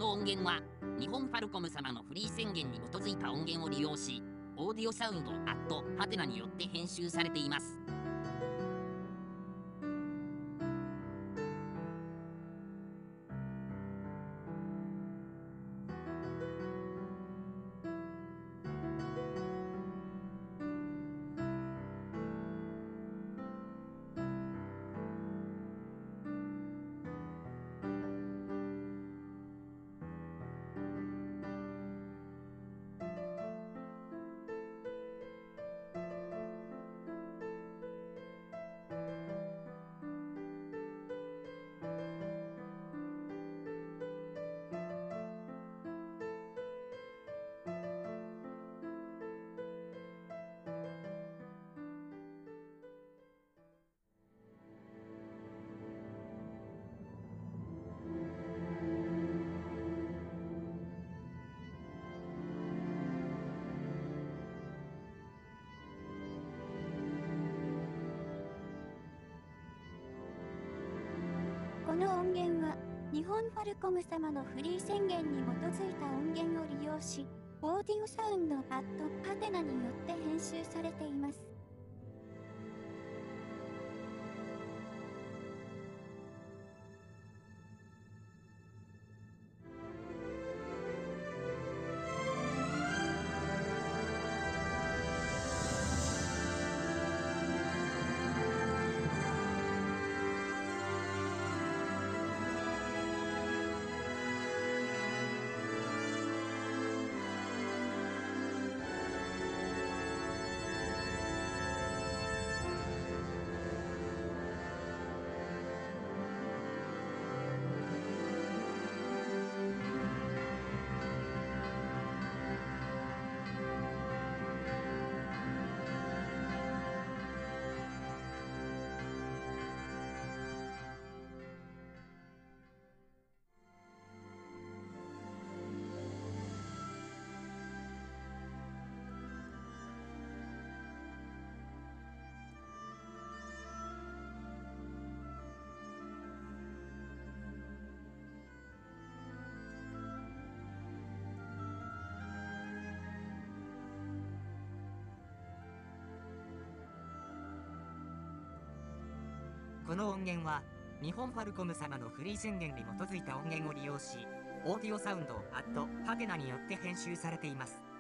の音源は日本ファルコム様のフリー宣言に基づいた音源を利用し、オーディオサウンドハテナによって編集されています。 この音源は、日本ファルコム様のフリー宣言に基づいた音源を利用し、オーディオサウンドハテナによって編集されています。 この音源は日本ファルコム様のフリー宣言に基づいた音源を利用し、オーディオサウンドハテナによって編集されています。